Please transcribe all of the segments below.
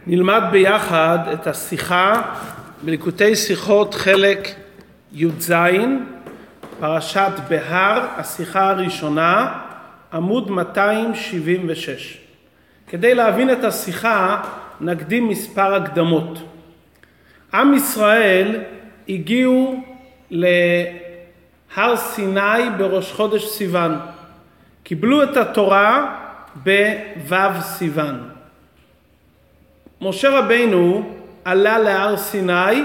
נלמד ביחד את השיחה בליקוטי שיחות חלק י"ז, פרשת בהר, השיחה הראשונה, עמוד 276. כדי להבין את השיחה נקדים מספר הקדמות. עם ישראל הגיעו להר סיני בראש חודש סיוון. קיבלו את התורה בו' סיוון. משה רבינו עלה להר סיני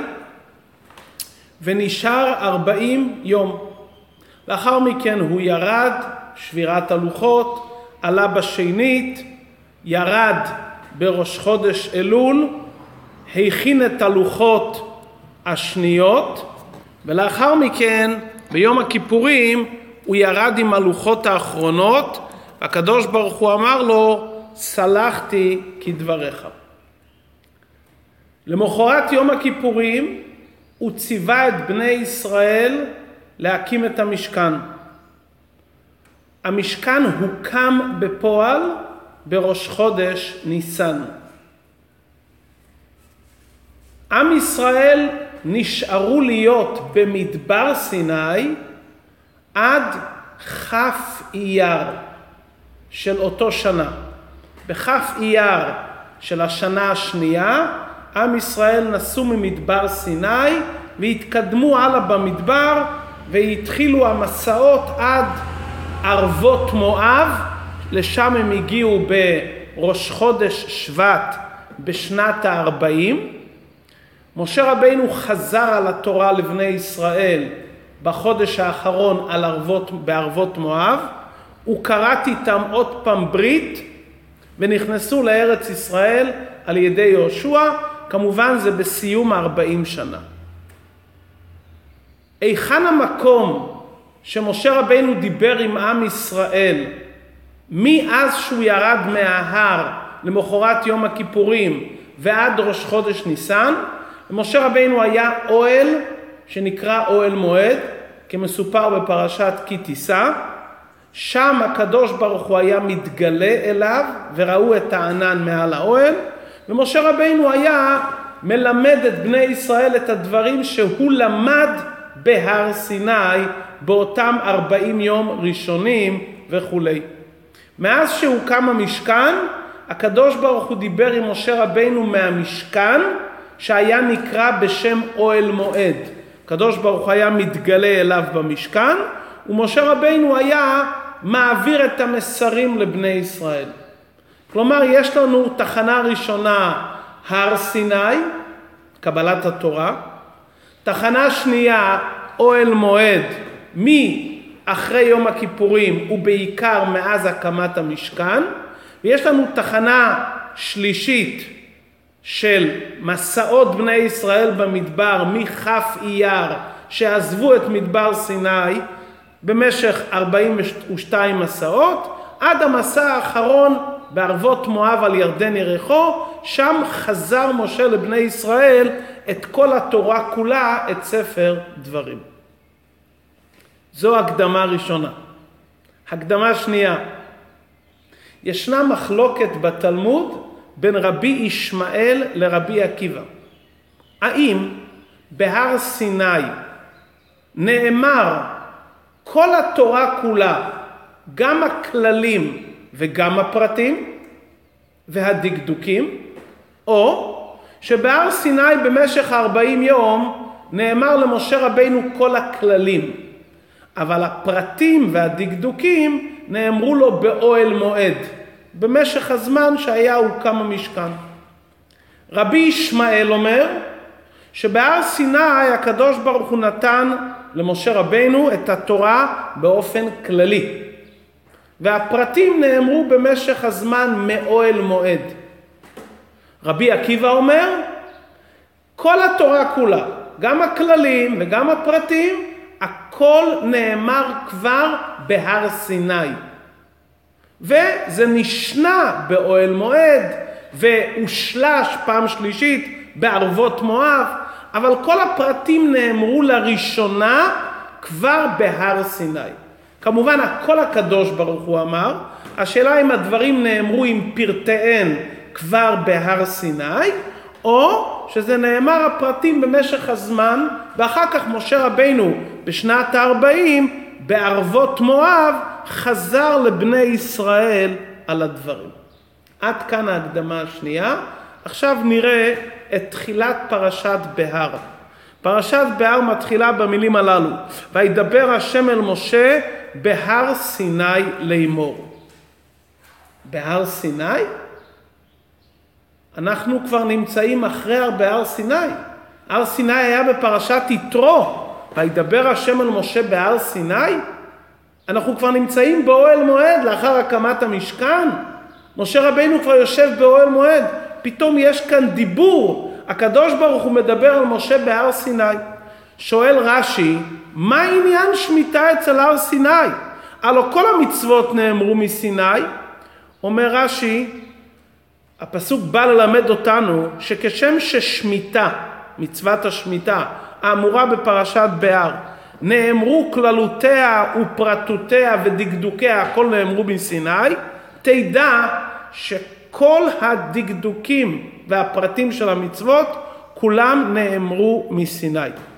ונשאר 40 יום. לאחר מכן הוא ירד, שבירת הלוחות, עלה בשנית, ירד בראש חודש אלול, הכין את הלוחות השניות, ולאחר מכן ביום הכיפורים הוא ירד עם הלוחות האחרונות, והקדוש ברוך הוא אמר לו, סלחתי כדבריך. למחרת יום הכיפורים הוא ציווה את בני ישראל להקים את המשכן. המשכן הוקם בפועל בראש חודש ניסן. עם ישראל נשארו להיות במדבר סיני עד כ' אייר של אותו שנה. בכ' אייר של השנה השנייה עם ישראל נסעו ממדבר סיני והתקדמו הלאה במדבר, והתחילו המסעות עד ערבות מואב. לשם הם הגיעו בראש חודש שבט בשנת ה-40. משה רבינו חזר על התורה לבני ישראל בחודש האחרון בערבות מואב. הוא כרת איתם עוד פעם ברית ונכנסו לארץ ישראל על ידי יהושע. כמובן זה בסיום 40 שנה. היכן המקום שמשה רבינו דיבר עם עם ישראל מאז שהוא ירד מההר למחרת יום הכיפורים ועד ראש חודש ניסן? למשה רבינו היה אוהל שנקרא אוהל מועד, כמסופר בפרשת כי תישא. שם הקדוש ברוך הוא היה מתגלה אליו וראו את הענן מעל האוהל, ומשה רבינו היה מלמד את בני ישראל את הדברים שהוא למד בהר סיני באותם 40 יום ראשונים וכו'. מאז שהוקם המשכן, הקדוש ברוך הוא דיבר עם משה רבינו מהמשכן שהיה נקרא בשם אוהל מועד. הקדוש ברוך הוא היה מתגלה אליו במשכן, ומשה רבינו היה מעביר את המסרים לבני ישראל. כלומר, יש לנו תחנה ראשונה, הר סיני, קבלת התורה. תחנה שנייה, אוהל מועד, מאחרי יום הכיפורים ובעיקר מאז הקמת המשכן. ויש לנו תחנה שלישית של מסעות בני ישראל במדבר מכ' אייר, שעזבו את מדבר סיני במשך 42 מסעות, עד המסע האחרון בערבות מואב על ירדן יריחו. שם חזר משה לבני ישראל את כל התורה כולה, את ספר דברים. זו הקדמה ראשונה. הקדמה שנייה. ישנה מחלוקת בתלמוד בין רבי ישמעאל לרבי עקיבא. האם בהר סיני נאמר כל התורה כולה, גם הכללים וגם הפרטים והדקדוקים, או שבהר סיני במשך 40 יום נאמר למשה רבינו כל הכללים, אבל הפרטים והדקדוקים נאמרו לו באוהל מועד, במשך הזמן שהיה הוקם המשכן. רבי ישמעאל אומר שבהר סיני הקדוש ברוך הוא נתן למשה רבינו את התורה באופן כללי, והפרטים נאמרו במשך הזמן מאוהל מועד. רבי עקיבא אומר, כל התורה כולה, גם הכללים וגם הפרטים, הכל נאמר כבר בהר סיני. וזה נשנה באוהל מועד, והושלש פעם שלישית בערבות מואב, אבל כל הפרטים נאמרו לראשונה כבר בהר סיני. כמובן הכל הקדוש ברוך הוא אמר, השאלה אם הדברים נאמרו עם פרטיהן כבר בהר סיני, או שזה נאמר הפרטים במשך הזמן, ואחר כך משה רבינו בשנת ה-40, בערבות מואב, חזר לבני ישראל על הדברים. עד כאן ההקדמה השנייה. עכשיו נראה את תחילת פרשת בהר. פרשת בהר מתחילה במילים הללו, וידבר השם אל משה בהר סיני לאמור. בהר סיני? אנחנו כבר נמצאים אחרי בהר סיני. הר סיני היה בפרשת יתרו, וידבר השם אל משה בהר סיני. אנחנו כבר נמצאים באוהל מועד לאחר הקמת המשכן. משה רבינו כבר יושב באוהל מועד. פתאום יש כאן דיבור. הקדוש ברוך הוא מדבר על משה בהר סיני. שואל רש"י, מה עניין שמיטה אצל הר סיני? הלא כל המצוות נאמרו מסיני. אומר רש"י, הפסוק בא ללמד אותנו שכשם ששמיטה, מצוות השמיטה, האמורה בפרשת בהר, נאמרו כללותיה ופרטותיה ודקדוקיה, הכל נאמרו מסיני, תדע שכל הדקדוקים והפרטים של המצוות, כולם נאמרו מסיני.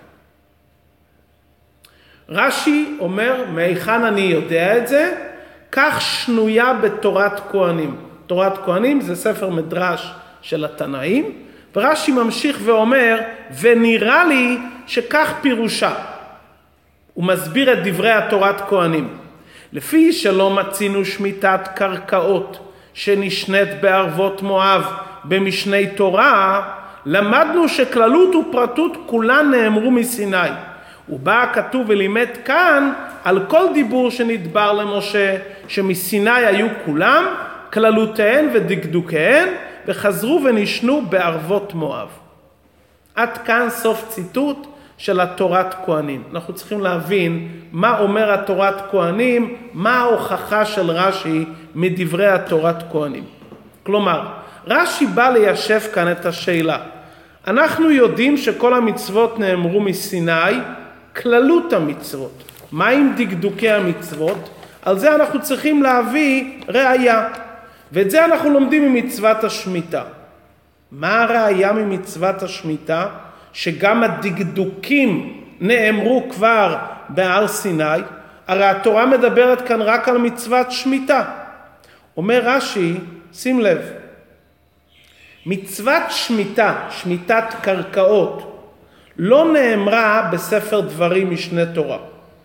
רש"י אומר, מהיכן אני יודע את זה? כך שנויה בתורת כהנים. תורת כהנים זה ספר מדרש של התנאים, ורש"י ממשיך ואומר, ונראה לי שכך פירושה. הוא מסביר את דברי התורת כהנים. לפי שלא מצינו שמיטת קרקעות שנשנית בערבות מואב במשני תורה, למדנו שכללות ופרטות כולן נאמרו מסיני. ובא הכתוב ולימד כאן על כל דיבור שנדבר למשה, שמסיני היו כולם, כללותיהן ודקדוקיהן, וחזרו ונשנו בערבות מואב. עד כאן סוף ציטוט של התורת כהנים. אנחנו צריכים להבין מה אומר התורת כהנים, מה ההוכחה של רש"י מדברי התורת כהנים. כלומר, רש"י בא ליישב כאן את השאלה. אנחנו יודעים שכל המצוות נאמרו מסיני, כללות המצוות. מה עם דקדוקי המצוות? על זה אנחנו צריכים להביא ראיה. ואת זה אנחנו לומדים ממצוות השמיטה. מה הראיה ממצוות השמיטה? שגם הדקדוקים נאמרו כבר בהר סיני. הרי התורה מדברת כאן רק על מצוות שמיטה. אומר רש"י, שים לב, מצוות שמיטה, שמיטת קרקעות, לא נאמרה בספר דברים משנה תורה.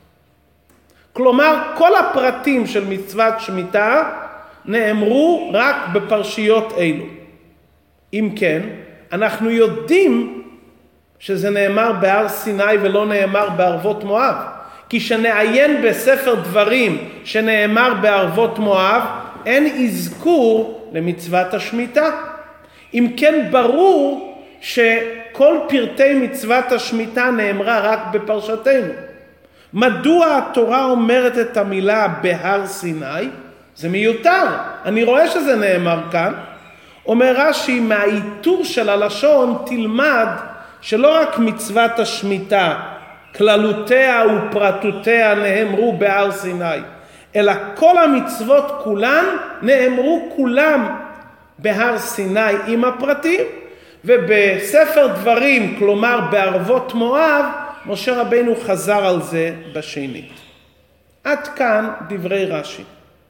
כלומר, כל הפרטים של מצוות שמיטה נאמרו רק בפרשיות אלו. אם כן, אנחנו יודעים שזה נאמר בהר סיני ולא נאמר בערבות מואב. כי שנעיין בספר דברים שנאמר בערבות מואב, אין אזכור למצוות השמיטה. אם כן, ברור שכל פרטי מצוות השמיטה נאמרה רק בפרשתנו. מדוע התורה אומרת את המילה בהר סיני? זה מיותר. אני רואה שזה נאמר כאן. אומר רש"י, מהאיתור של הלשון תלמד שלא רק מצוות השמיטה, כללותיה ופרטותיה נאמרו בהר סיני, אלא כל המצוות כולן נאמרו כולם בהר סיני עם הפרטים, ובספר דברים, כלומר בערבות מואב, משה רבינו חזר על זה בשנית. עד כאן דברי רש"י.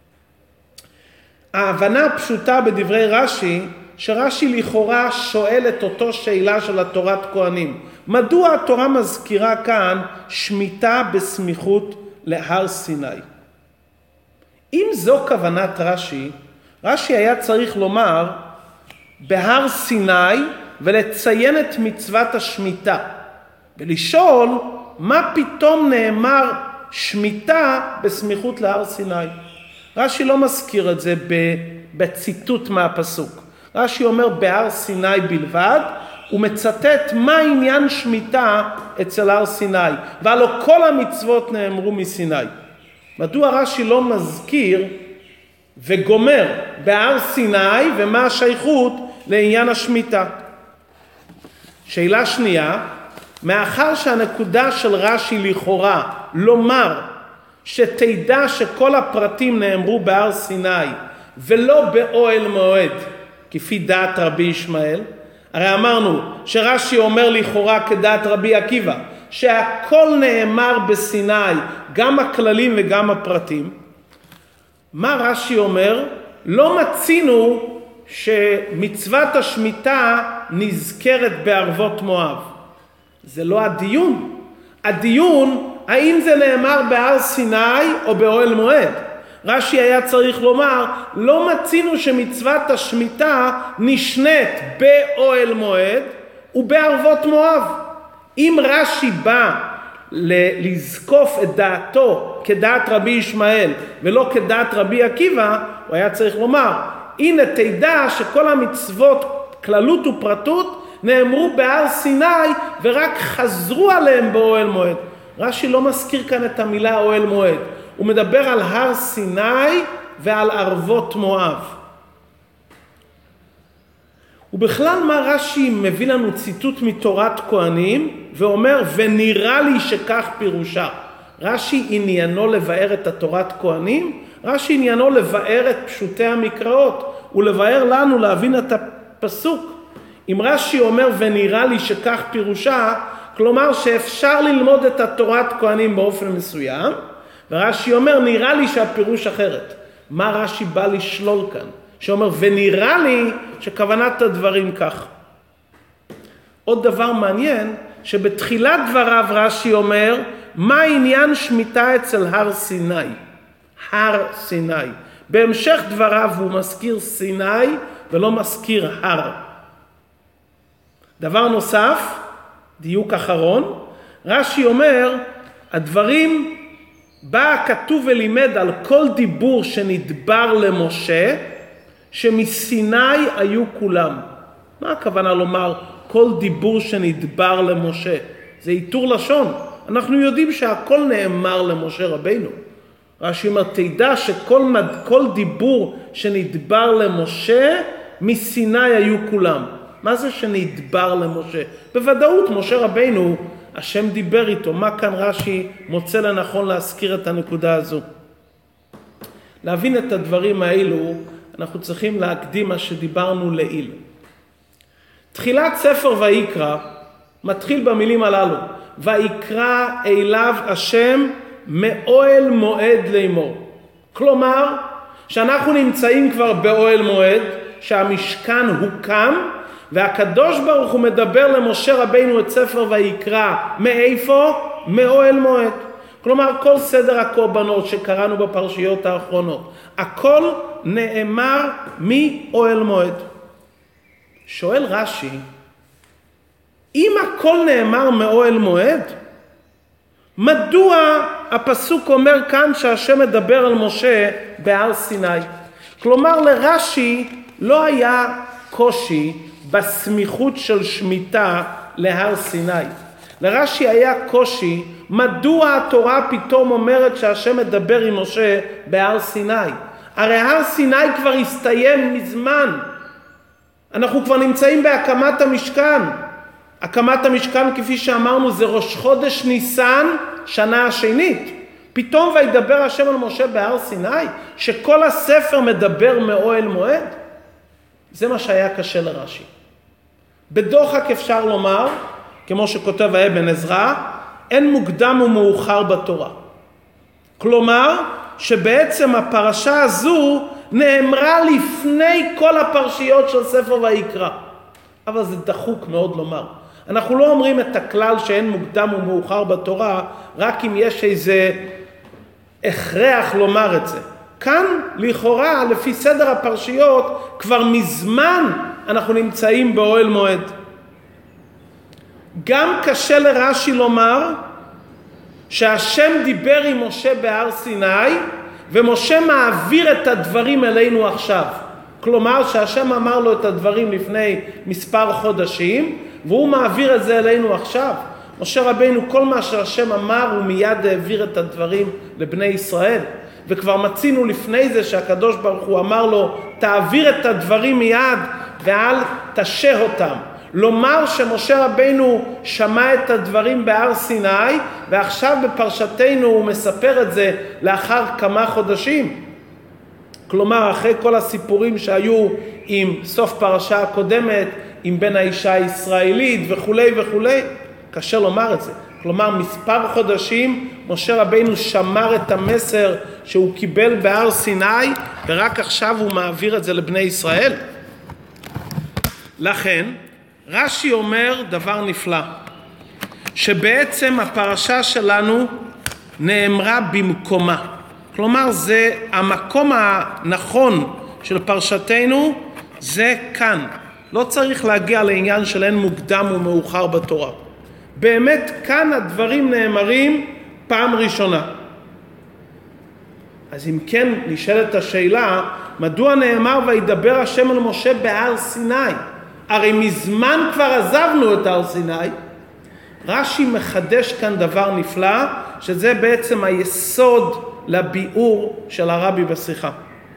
ההבנה הפשוטה בדברי רש"י, שרש"י לכאורה שואל את אותו שאלה של התורת כהנים. מדוע התורה מזכירה כאן שמיטה בסמיכות להר סיני? אם זו כוונת רש"י, רש"י היה צריך לומר בהר סיני ולציין את מצוות השמיטה, ולשאול מה פתאום נאמר שמיטה בסמיכות להר סיני. רש"י לא מזכיר את זה בציטוט מהפסוק. רש"י אומר בהר סיני בלבד, הוא מצטט מה עניין שמיטה אצל הר סיני, והלא כל המצוות נאמרו מסיני. מדוע רש"י לא מזכיר וגומר בהר סיני ומה השייכות לעניין השמיטה? שאלה שנייה, מאחר שהנקודה של רש"י לכאורה לומר שתדע שכל הפרטים נאמרו בהר סיני ולא באוהל מועד, כפי דעת רבי ישמעאל. הרי אמרנו שרש"י אומר לכאורה כדעת רבי עקיבא, שהכל נאמר בסיני, גם הכללים וגם הפרטים. מה רש"י אומר? לא מצינו שמצוות השמיטה נזכרת בערבות מואב. זה לא הדיון. הדיון, האם זה נאמר בהר סיני או באוהל מועד. רש"י היה צריך לומר, לא מצינו שמצוות השמיטה נשנית באוהל מועד ובערבות מואב. אם רש"י בא לזקוף את דעתו כדעת רבי ישמעאל ולא כדעת רבי עקיבא, הוא היה צריך לומר, הנה תדע שכל המצוות כללות ופרטות נאמרו בהר סיני ורק חזרו עליהם באוהל מועד. רש"י לא מזכיר כאן את המילה אוהל מועד. הוא מדבר על הר סיני ועל ערבות מואב. ובכלל מה רש"י מביא לנו ציטוט מתורת כהנים ואומר ונראה לי שכך פירושה. רש"י עניינו לבאר את התורת כהנים, רש"י עניינו לבאר את פשוטי המקראות ולבאר לנו להבין את הפסוק. אם רש"י אומר ונראה לי שכך פירושה, כלומר שאפשר ללמוד את התורת כהנים באופן מסוים, ורש"י אומר נראה לי שהפירוש אחרת. מה רש"י בא לשלול כאן? שאומר ונראה לי שכוונת הדברים כך. עוד דבר מעניין, שבתחילת דבריו רש"י אומר מה עניין שמיטה אצל הר סיני? הר סיני. בהמשך דבריו הוא מזכיר סיני ולא מזכיר הר. דבר נוסף, דיוק אחרון, רש"י אומר הדברים בא כתוב ולימד על כל דיבור שנדבר למשה שמסיני היו כולם. מה הכוונה לומר כל דיבור שנדבר למשה? זה איתור לשון. אנחנו יודעים שהכל נאמר למשה רבינו. רש"י אומר תדע שכל דיבור שנדבר למשה מסיני היו כולם. מה זה שנדבר למשה? בוודאות משה רבינו השם דיבר איתו. מה כאן רש"י מוצא לנכון להזכיר את הנקודה הזו? להבין את הדברים האלו אנחנו צריכים להקדים מה שדיברנו לעיל. תחילת ספר ויקרא מתחיל במילים הללו, ויקרא אליו השם מאוהל מועד לאמור. כלומר שאנחנו נמצאים כבר באוהל מועד, שהמשכן הוקם, והקדוש ברוך הוא מדבר למשה רבינו את ספר ויקרא. מאיפה? מאוהל מועד. כלומר כל סדר הקורבנות שקראנו בפרשיות האחרונות, הכל נאמר מאוהל מועד. שואל רש"י, אם הכל נאמר מאוהל מועד, מדוע הפסוק אומר כאן שהשם מדבר על משה בהר סיני? כלומר לרש"י לא היה קושי בסמיכות של שמיטה להר סיני. לרש"י היה קושי מדוע התורה פתאום אומרת שהשם מדבר עם משה בהר סיני. הרי הר סיני כבר הסתיים מזמן. אנחנו כבר נמצאים בהקמת המשכן. הקמת המשכן כפי שאמרנו זה ראש חודש ניסן שנה השנית. פתאום וידבר השם על משה בהר סיני, שכל הספר מדבר מאוהל מועד. זה מה שהיה קשה לרש"י. בדוחק אפשר לומר, כמו שכותב האבן עזרא, אין מוקדם ומאוחר בתורה. כלומר, שבעצם הפרשה הזו נאמרה לפני כל הפרשיות של ספר ויקרא. אבל זה דחוק מאוד לומר. אנחנו לא אומרים את הכלל שאין מוקדם ומאוחר בתורה, רק אם יש איזה הכרח לומר את זה. כאן לכאורה לפי סדר הפרשיות כבר מזמן אנחנו נמצאים באוהל מועד. גם קשה לרש"י לומר שהשם דיבר עם משה בהר סיני ומשה מעביר את הדברים אלינו עכשיו. כלומר שהשם אמר לו את הדברים לפני מספר חודשים והוא מעביר את זה אלינו עכשיו. משה רבינו כל מה שהשם אמר הוא מיד העביר את הדברים לבני ישראל. וכבר מצינו לפני זה שהקדוש ברוך הוא אמר לו תעביר את הדברים מיד ואל תשה אותם. לומר שמשה רבינו שמע את הדברים בהר סיני ועכשיו בפרשתנו הוא מספר את זה לאחר כמה חודשים. כלומר, אחרי כל הסיפורים שהיו עם סוף פרשה הקודמת, עם בן האישה הישראלית וכו' וכו', קשה לומר את זה. כלומר, מספר חודשים משה רבינו שמר את המסר שהוא קיבל בהר סיני, ורק עכשיו הוא מעביר את זה לבני ישראל. לכן, רש"י אומר דבר נפלא, שבעצם הפרשה שלנו נאמרה במקומה. כלומר, זה המקום הנכון של פרשתנו, זה כאן. לא צריך להגיע לעניין של אין מוקדם ומאוחר בתורה. באמת כאן הדברים נאמרים פעם ראשונה. אז אם כן, נשאלת השאלה, מדוע נאמר וידבר השם אל משה בהר סיני? הרי מזמן כבר עזבנו את הר סיני. רש"י מחדש כאן דבר נפלא, שזה בעצם היסוד לביאור של הרבי בשיחה.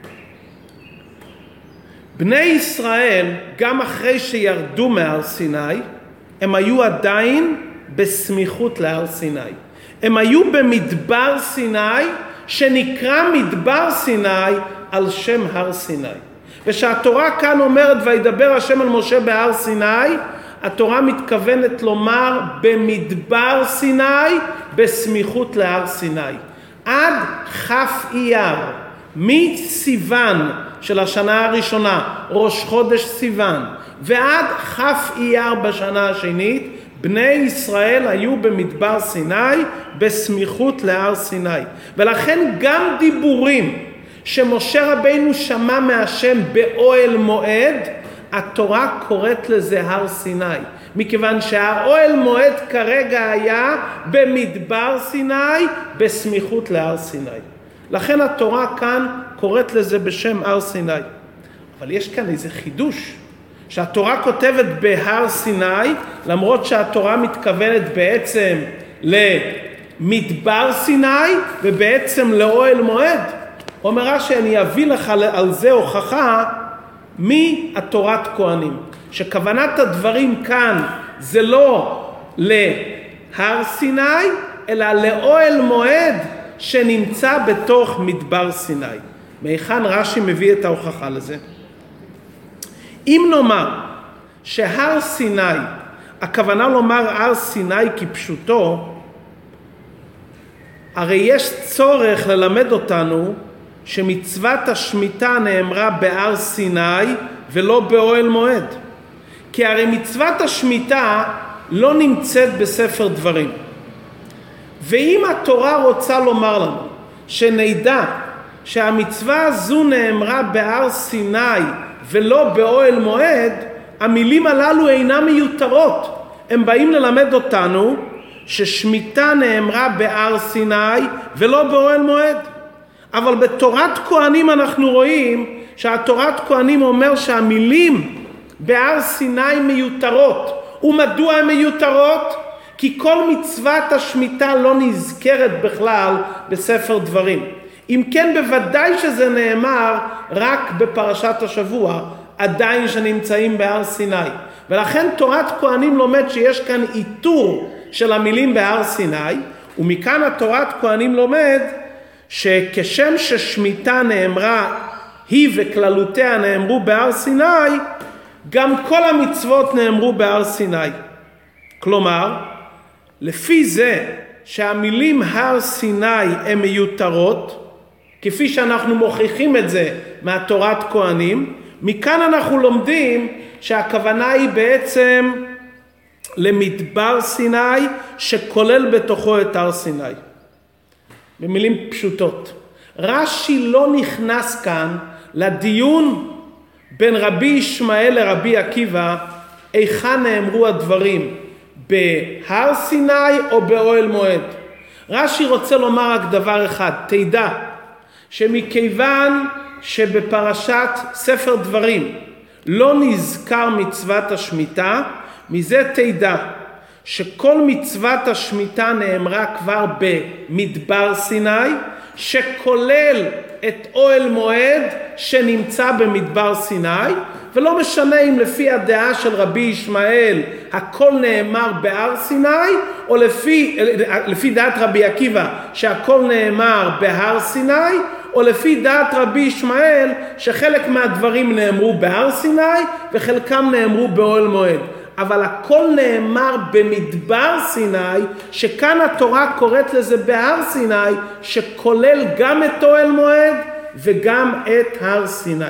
בני ישראל, גם אחרי שירדו מהר סיני, הם היו עדיין בסמיכות להר סיני. הם היו במדבר סיני, שנקרא מדבר סיני על שם הר סיני. ושהתורה כאן אומרת וידבר השם אל משה בהר סיני, התורה מתכוונת לומר במדבר סיני, בסמיכות להר סיני. עד כף אייר, מסיוון של השנה הראשונה, ראש חודש סיוון, ועד כף אייר בשנה השנית, בני ישראל היו במדבר סיני, בסמיכות להר סיני. ולכן גם דיבורים שמשה רבינו שמע מהשם באוהל מועד, התורה קוראת לזה הר סיני, מכיוון שהאוהל מועד כרגע היה במדבר סיני, בסמיכות להר סיני. לכן התורה כאן קוראת לזה בשם הר סיני. אבל יש כאן איזה חידוש, שהתורה כותבת בהר סיני, למרות שהתורה מתכוונת בעצם למדבר סיני, ובעצם לאוהל מועד. אומר רש"י, אני אביא לך על זה הוכחה מהתורת כהנים. שכוונת הדברים כאן זה לא להר סיני, אלא לאוהל מועד שנמצא בתוך מדבר סיני. מהיכן רש"י מביא את ההוכחה לזה? אם נאמר שהר סיני, הכוונה לומר הר סיני כפשוטו, הרי יש צורך ללמד אותנו שמצוות השמיטה נאמרה בהר סיני ולא באוהל מועד. כי הרי מצוות השמיטה לא נמצאת בספר דברים. ואם התורה רוצה לומר לנו שנדע שהמצווה הזו נאמרה בהר סיני ולא באוהל מועד, המילים הללו אינן מיותרות. הם באים ללמד אותנו ששמיטה נאמרה בהר סיני ולא באוהל מועד. אבל בתורת כהנים אנחנו רואים שהתורת כהנים אומר שהמילים בהר סיני מיותרות. ומדוע הן מיותרות? כי כל מצוות השמיטה לא נזכרת בכלל בספר דברים. אם כן, בוודאי שזה נאמר רק בפרשת השבוע, עדיין שנמצאים בהר סיני. ולכן תורת כהנים לומד שיש כאן איתור של המילים בהר סיני, ומכאן התורת כהנים לומד שכשם ששמיטה נאמרה, היא וכללותיה נאמרו בהר סיני, גם כל המצוות נאמרו בהר סיני. כלומר, לפי זה שהמילים הר סיני הן מיותרות, כפי שאנחנו מוכיחים את זה מהתורת כהנים, מכאן אנחנו לומדים שהכוונה היא בעצם למדבר סיני שכולל בתוכו את הר סיני. במילים פשוטות. רש"י לא נכנס כאן לדיון בין רבי ישמעאל לרבי עקיבא, היכן נאמרו הדברים, בהר סיני או באוהל מועד. רש"י רוצה לומר רק דבר אחד, תדע שמכיוון שבפרשת ספר דברים לא נזכר מצוות השמיטה, מזה תדע שכל מצוות השמיטה נאמרה כבר במדבר סיני, שכולל את אוהל מועד שנמצא במדבר סיני, ולא משנה אם לפי הדעה של רבי ישמעאל הכל נאמר בהר סיני, או לפי דעת רבי עקיבא שהכל נאמר בהר סיני, או לפי דעת רבי ישמעאל שחלק מהדברים נאמרו בהר סיני וחלקם נאמרו באוהל מועד. אבל הכל נאמר במדבר סיני, שכאן התורה קוראת לזה בהר סיני, שכולל גם את אוהל מועד וגם את הר סיני.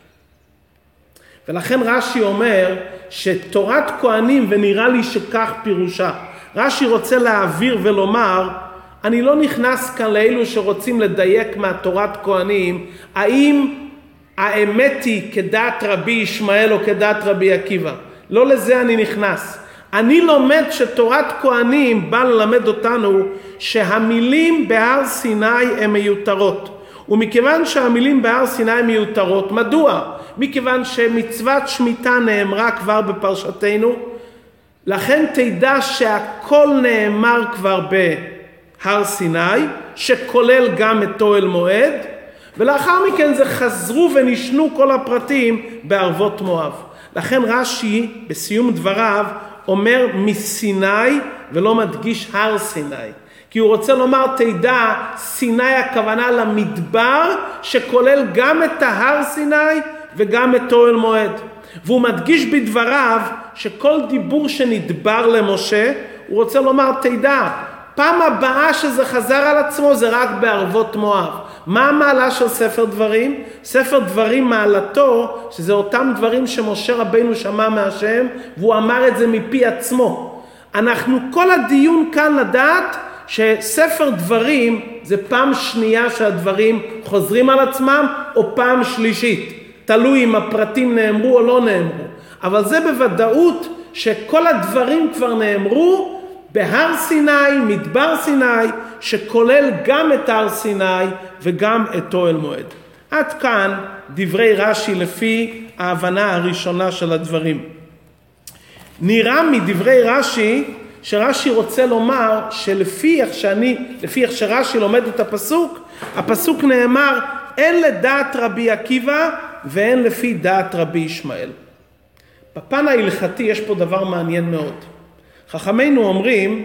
ולכן רש"י אומר שתורת כהנים, ונראה לי שכך פירושה, רש"י רוצה להעביר ולומר, אני לא נכנס כאן לאלו שרוצים לדייק מהתורת כהנים, האם האמת היא כדעת רבי ישמעאל או כדעת רבי עקיבא. לא לזה אני נכנס. אני לומד שתורת כהנים בא ללמד אותנו שהמילים בהר סיני הן מיותרות. ומכיוון שהמילים בהר סיני הן מיותרות, מדוע? מכיוון שמצוות שמיטה נאמרה כבר בפרשתנו, לכן תדע שהכל נאמר כבר בהר סיני, שכולל גם את אוהל מועד, ולאחר מכן זה חזרו ונשנו כל הפרטים בערבות מואב. לכן רש"י בסיום דבריו אומר מסיני ולא מדגיש הר סיני. כי הוא רוצה לומר תדע, סיני הכוונה למדבר שכולל גם את ההר סיני וגם את אוהל מועד. והוא מדגיש בדבריו שכל דיבור שנדבר למשה, הוא רוצה לומר תדע, פעם הבאה שזה חזר על עצמו זה רק בערבות מואב. מה המעלה של ספר דברים? ספר דברים מעלתו, שזה אותם דברים שמשה רבינו שמע מהשם, והוא אמר את זה מפי עצמו. אנחנו כל הדיון כאן לדעת שספר דברים זה פעם שנייה שהדברים חוזרים על עצמם, או פעם שלישית. תלוי אם הפרטים נאמרו או לא נאמרו. אבל זה בוודאות שכל הדברים כבר נאמרו, בהר סיני, מדבר סיני, שכולל גם את הר סיני וגם את אוהל מועד. עד כאן דברי רש"י לפי ההבנה הראשונה של הדברים. נראה מדברי רש"י שרש"י רוצה לומר שלפי איך שרש"י לומד את הפסוק נאמר אין לדעת רבי עקיבא ואין לפי דעת רבי ישמעאל. בפן ההלכתי יש פה דבר מעניין מאוד. חכמינו אומרים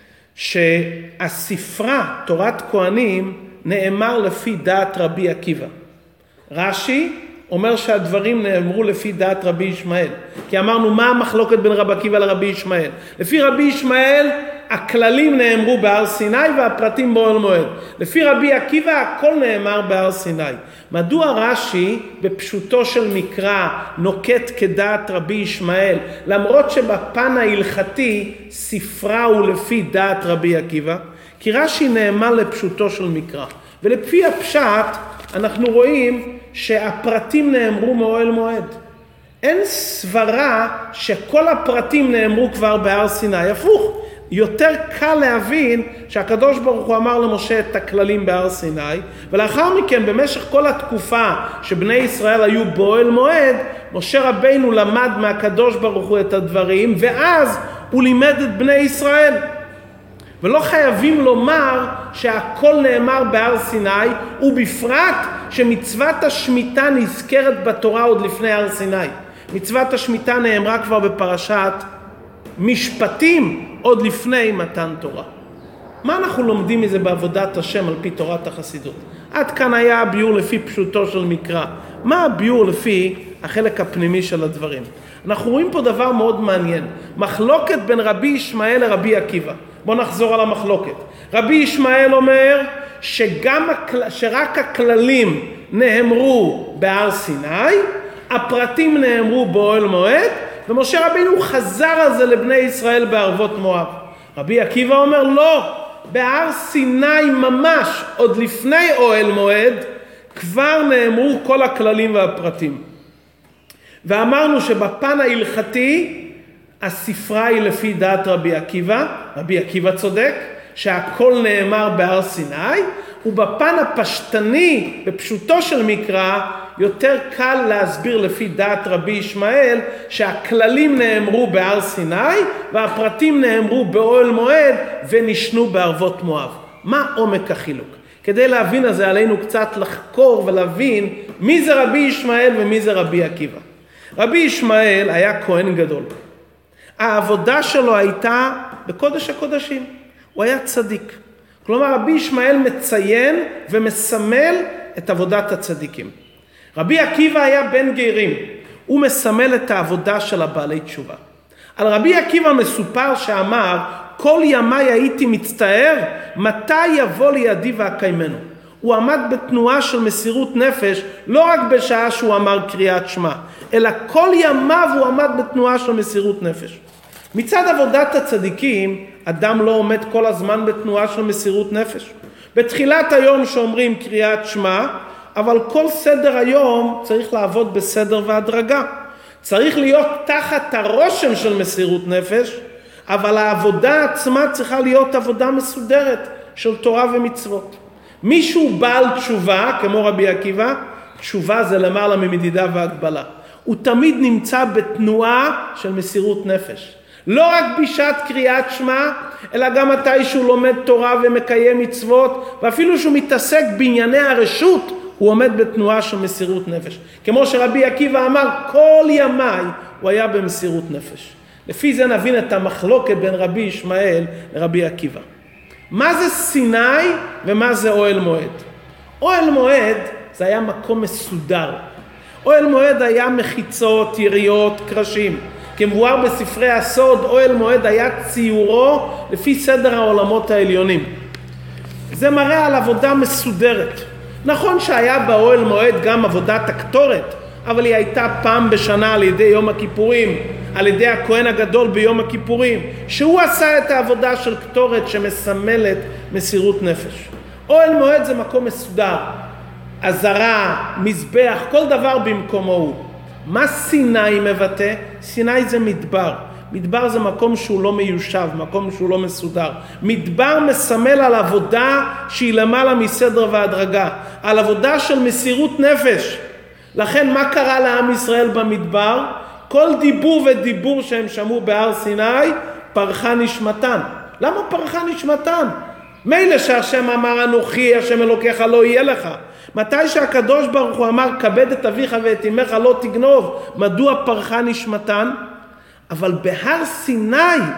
שהספרה, תורת כהנים, נאמר לפי דעת רבי עקיבא. רש"י אומר שהדברים נאמרו לפי דעת רבי ישמעאל. כי אמרנו מה המחלוקת בין רבי עקיבא לרבי ישמעאל. לפי רבי ישמעאל הכללים נאמרו בהר סיני והפרטים באוהל מועד. לפי רבי עקיבא הכל נאמר בהר סיני. מדוע רש"י בפשוטו של מקרא נוקט כדעת רבי ישמעאל, למרות שבפן ההלכתי ספרה הוא לפי דעת רבי עקיבא? כי רש"י נאמר לפשוטו של מקרא. ולפי הפשט אנחנו רואים שהפרטים נאמרו מאוהל מועד. אין סברה שכל הפרטים נאמרו כבר בהר סיני. הפוך, יותר קל להבין שהקדוש ברוך הוא אמר למשה את הכללים בהר סיני, ולאחר מכן במשך כל התקופה שבני ישראל היו באוהל מועד, משה רבינו למד מהקדוש ברוך הוא את הדברים, ואז הוא לימד את בני ישראל. ולא חייבים לומר שהכל נאמר בהר סיני, ובפרט שמצוות השמיטה נזכרת בתורה עוד לפני הר סיני. מצוות השמיטה נאמרה כבר בפרשת משפטים עוד לפני מתן תורה. מה אנחנו לומדים מזה בעבודת השם על פי תורת החסידות? עד כאן היה הביור לפי פשוטו של מקרא. מה הביור לפי החלק הפנימי של הדברים? אנחנו רואים פה דבר מאוד מעניין. מחלוקת בין רבי ישמעאל לרבי עקיבא. בואו נחזור על המחלוקת. רבי ישמעאל אומר שרק הכללים נאמרו בהר סיני, הפרטים נאמרו באוהל מועד, ומשה רבינו חזר על זה לבני ישראל בערבות מואב. רבי עקיבא אומר לא, בהר סיני ממש עוד לפני אוהל מועד כבר נאמרו כל הכללים והפרטים. ואמרנו שבפן ההלכתי הספרה היא לפי דעת רבי עקיבא. רבי עקיבא צודק שהכל נאמר בהר סיני, ובפן הפשטני בפשוטו של מקרא יותר קל להסביר לפי דעת רבי ישמעאל שהכללים נאמרו בהר סיני והפרטים נאמרו באוהל מועד ונשנו בערבות מואב. מה עומק החילוק? כדי להבין את זה עלינו קצת לחקור ולהבין מי זה רבי ישמעאל ומי זה רבי עקיבא. רבי ישמעאל היה כהן גדול. העבודה שלו הייתה בקודש הקודשים. הוא היה צדיק. כלומר, רבי ישמעאל מציין ומסמל את עבודת הצדיקים. רבי עקיבא היה בן גרים, הוא מסמל את העבודה של הבעלי תשובה. על רבי עקיבא מסופר שאמר, כל ימי הייתי מצטער, מתי יבוא לידי ואקיימנו. הוא עמד בתנועה של מסירות נפש, לא רק בשעה שהוא אמר קריאת שמע, אלא כל ימיו הוא עמד בתנועה של מסירות נפש. מצד עבודת הצדיקים, אדם לא עומד כל הזמן בתנועה של מסירות נפש. בתחילת היום שאומרים קריאת שמע, אבל כל סדר היום צריך לעבוד בסדר והדרגה. צריך להיות תחת הרושם של מסירות נפש, אבל העבודה עצמה צריכה להיות עבודה מסודרת של תורה ומצוות. מישהו בעל תשובה, כמו רבי עקיבא, תשובה זה למעלה ממדידה והגבלה. הוא תמיד נמצא בתנועה של מסירות נפש. לא רק בשעת קריאת שמע, אלא גם מתי שהוא לומד תורה ומקיים מצוות, ואפילו שהוא מתעסק בענייני הרשות, הוא עומד בתנועה של מסירות נפש. כמו שרבי עקיבא אמר, כל ימיי הוא היה במסירות נפש. לפי זה נבין את המחלוקת בין רבי ישמעאל לרבי עקיבא. מה זה סיני ומה זה אוהל מועד? אוהל מועד זה היה מקום מסודר. אוהל מועד היה מחיצות, יריות, קרשים. כמבואר בספרי הסוד, אוהל מועד היה ציורו לפי סדר העולמות העליונים. זה מראה על עבודה מסודרת. נכון שהיה באוהל מועד גם עבודת הקטורת, אבל היא הייתה פעם בשנה על ידי יום הכיפורים, על ידי הכהן הגדול ביום הכיפורים, שהוא עשה את העבודה של קטורת שמסמלת מסירות נפש. אוהל מועד זה מקום מסודר, עזרה, מזבח, כל דבר במקומו הוא. מה סיני מבטא? סיני זה מדבר. מדבר זה מקום שהוא לא מיושב, מקום שהוא לא מסודר. מדבר מסמל על עבודה שהיא למעלה מסדר והדרגה, על עבודה של מסירות נפש. לכן מה קרה לעם ישראל במדבר? כל דיבור ודיבור שהם שמעו בהר סיני, פרחה נשמתם. למה פרחה נשמתם? מילא שהשם אמר אנוכי, השם אלוקיך לא יהיה לך. מתי שהקדוש ברוך הוא אמר, כבד את אביך ואת אמך לא תגנוב, מדוע פרחה נשמתן? אבל בהר סיני,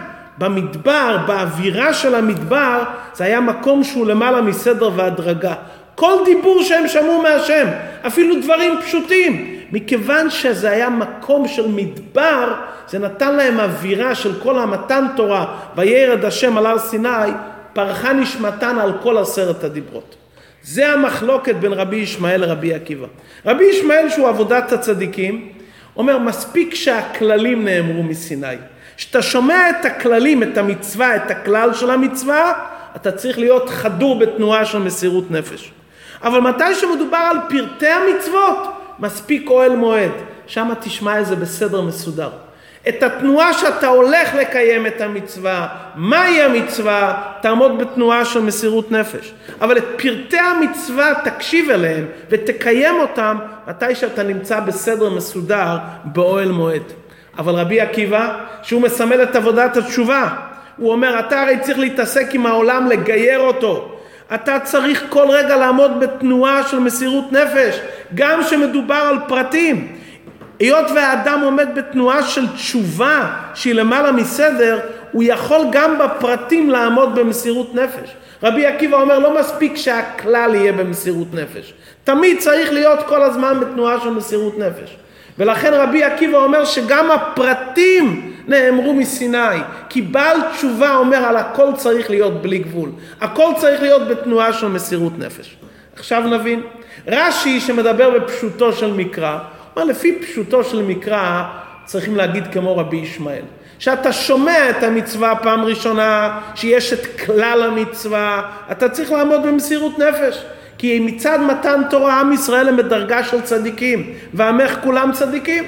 במדבר, באווירה של המדבר, זה היה מקום שהוא למעלה מסדר והדרגה. כל דיבור שהם שמעו מהשם, אפילו דברים פשוטים, מכיוון שזה היה מקום של מדבר, זה נתן להם אווירה של כל המתן תורה, וירד השם על הר סיני, פרחה נשמתן על כל 10 הדיברות. זה המחלוקת בין רבי ישמעאל לרבי עקיבא. רבי ישמעאל שהוא עבודת הצדיקים, אומר מספיק שהכללים נאמרו מסיני. שאתה שומע את הכללים, את המצווה, את הכלל של המצווה, אתה צריך להיות חדור בתנועה של מסירות נפש. אבל מתי שמדובר על פרטי המצוות, מספיק אוהל מועד. שם תשמע איזה בסדר מסודר. את התנועה שאתה הולך לקיים את המצווה, מהי המצווה, תעמוד בתנועה של מסירות נפש. אבל את פרטי המצווה תקשיב אליהם ותקיים אותם מתי שאתה נמצא בסדר מסודר באוהל מועד. אבל רבי עקיבא, שהוא מסמל את עבודת התשובה, הוא אומר, אתה הרי צריך להתעסק עם העולם, לגייר אותו. אתה צריך כל רגע לעמוד בתנועה של מסירות נפש, גם שמדובר על פרטים. היות והאדם עומד בתנועה של תשובה שהיא למעלה מסדר, הוא יכול גם בפרטים לעמוד במסירות נפש. רבי עקיבא אומר, לא מספיק שהכלל יהיה במסירות נפש. תמיד צריך להיות כל הזמן בתנועה של מסירות נפש. ולכן רבי עקיבא אומר שגם הפרטים נאמרו מסיני. כי בעל תשובה אומר על הכל צריך להיות בלי גבול. הכל צריך להיות בתנועה של מסירות נפש. עכשיו נבין. רש"י שמדבר בפשוטו של מקרא, אבל לפי פשוטו של מקרא צריכים להגיד כמו רבי ישמעאל. שאתה שומע את המצווה פעם ראשונה, שיש את כלל המצווה, אתה צריך לעמוד במסירות נפש. כי מצד מתן תורה עם ישראל הם בדרגה של צדיקים, ועמך כולם צדיקים.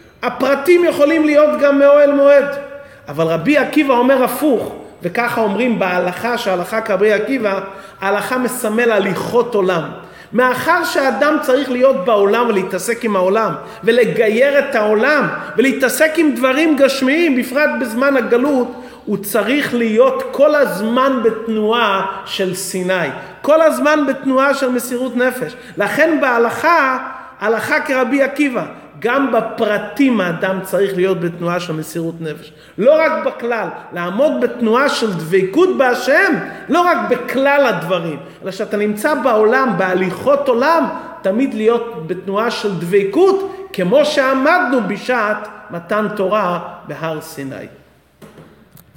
הפרטים יכולים להיות גם מאוהל מועד. אבל רבי עקיבא אומר הפוך, וככה אומרים בהלכה, שההלכה כרבי עקיבא, ההלכה מסמל הליכות עולם. מאחר שהאדם צריך להיות בעולם ולהתעסק עם העולם, ולגייר את העולם, ולהתעסק עם דברים גשמיים, בפרט בזמן הגלות, הוא צריך להיות כל הזמן בתנועה של סיני, כל הזמן בתנועה של מסירות נפש. לכן בהלכה, הלכה כרבי עקיבא, גם בפרטים האדם צריך להיות בתנועה של מסירות נפש. לא רק בכלל, לעמוד בתנועה של דבקות בהשם, לא רק בכלל הדברים, אלא שאתה נמצא בעולם, בהליכות עולם, תמיד להיות בתנועה של דבקות, כמו שעמדנו בשעת מתן תורה בהר סיני.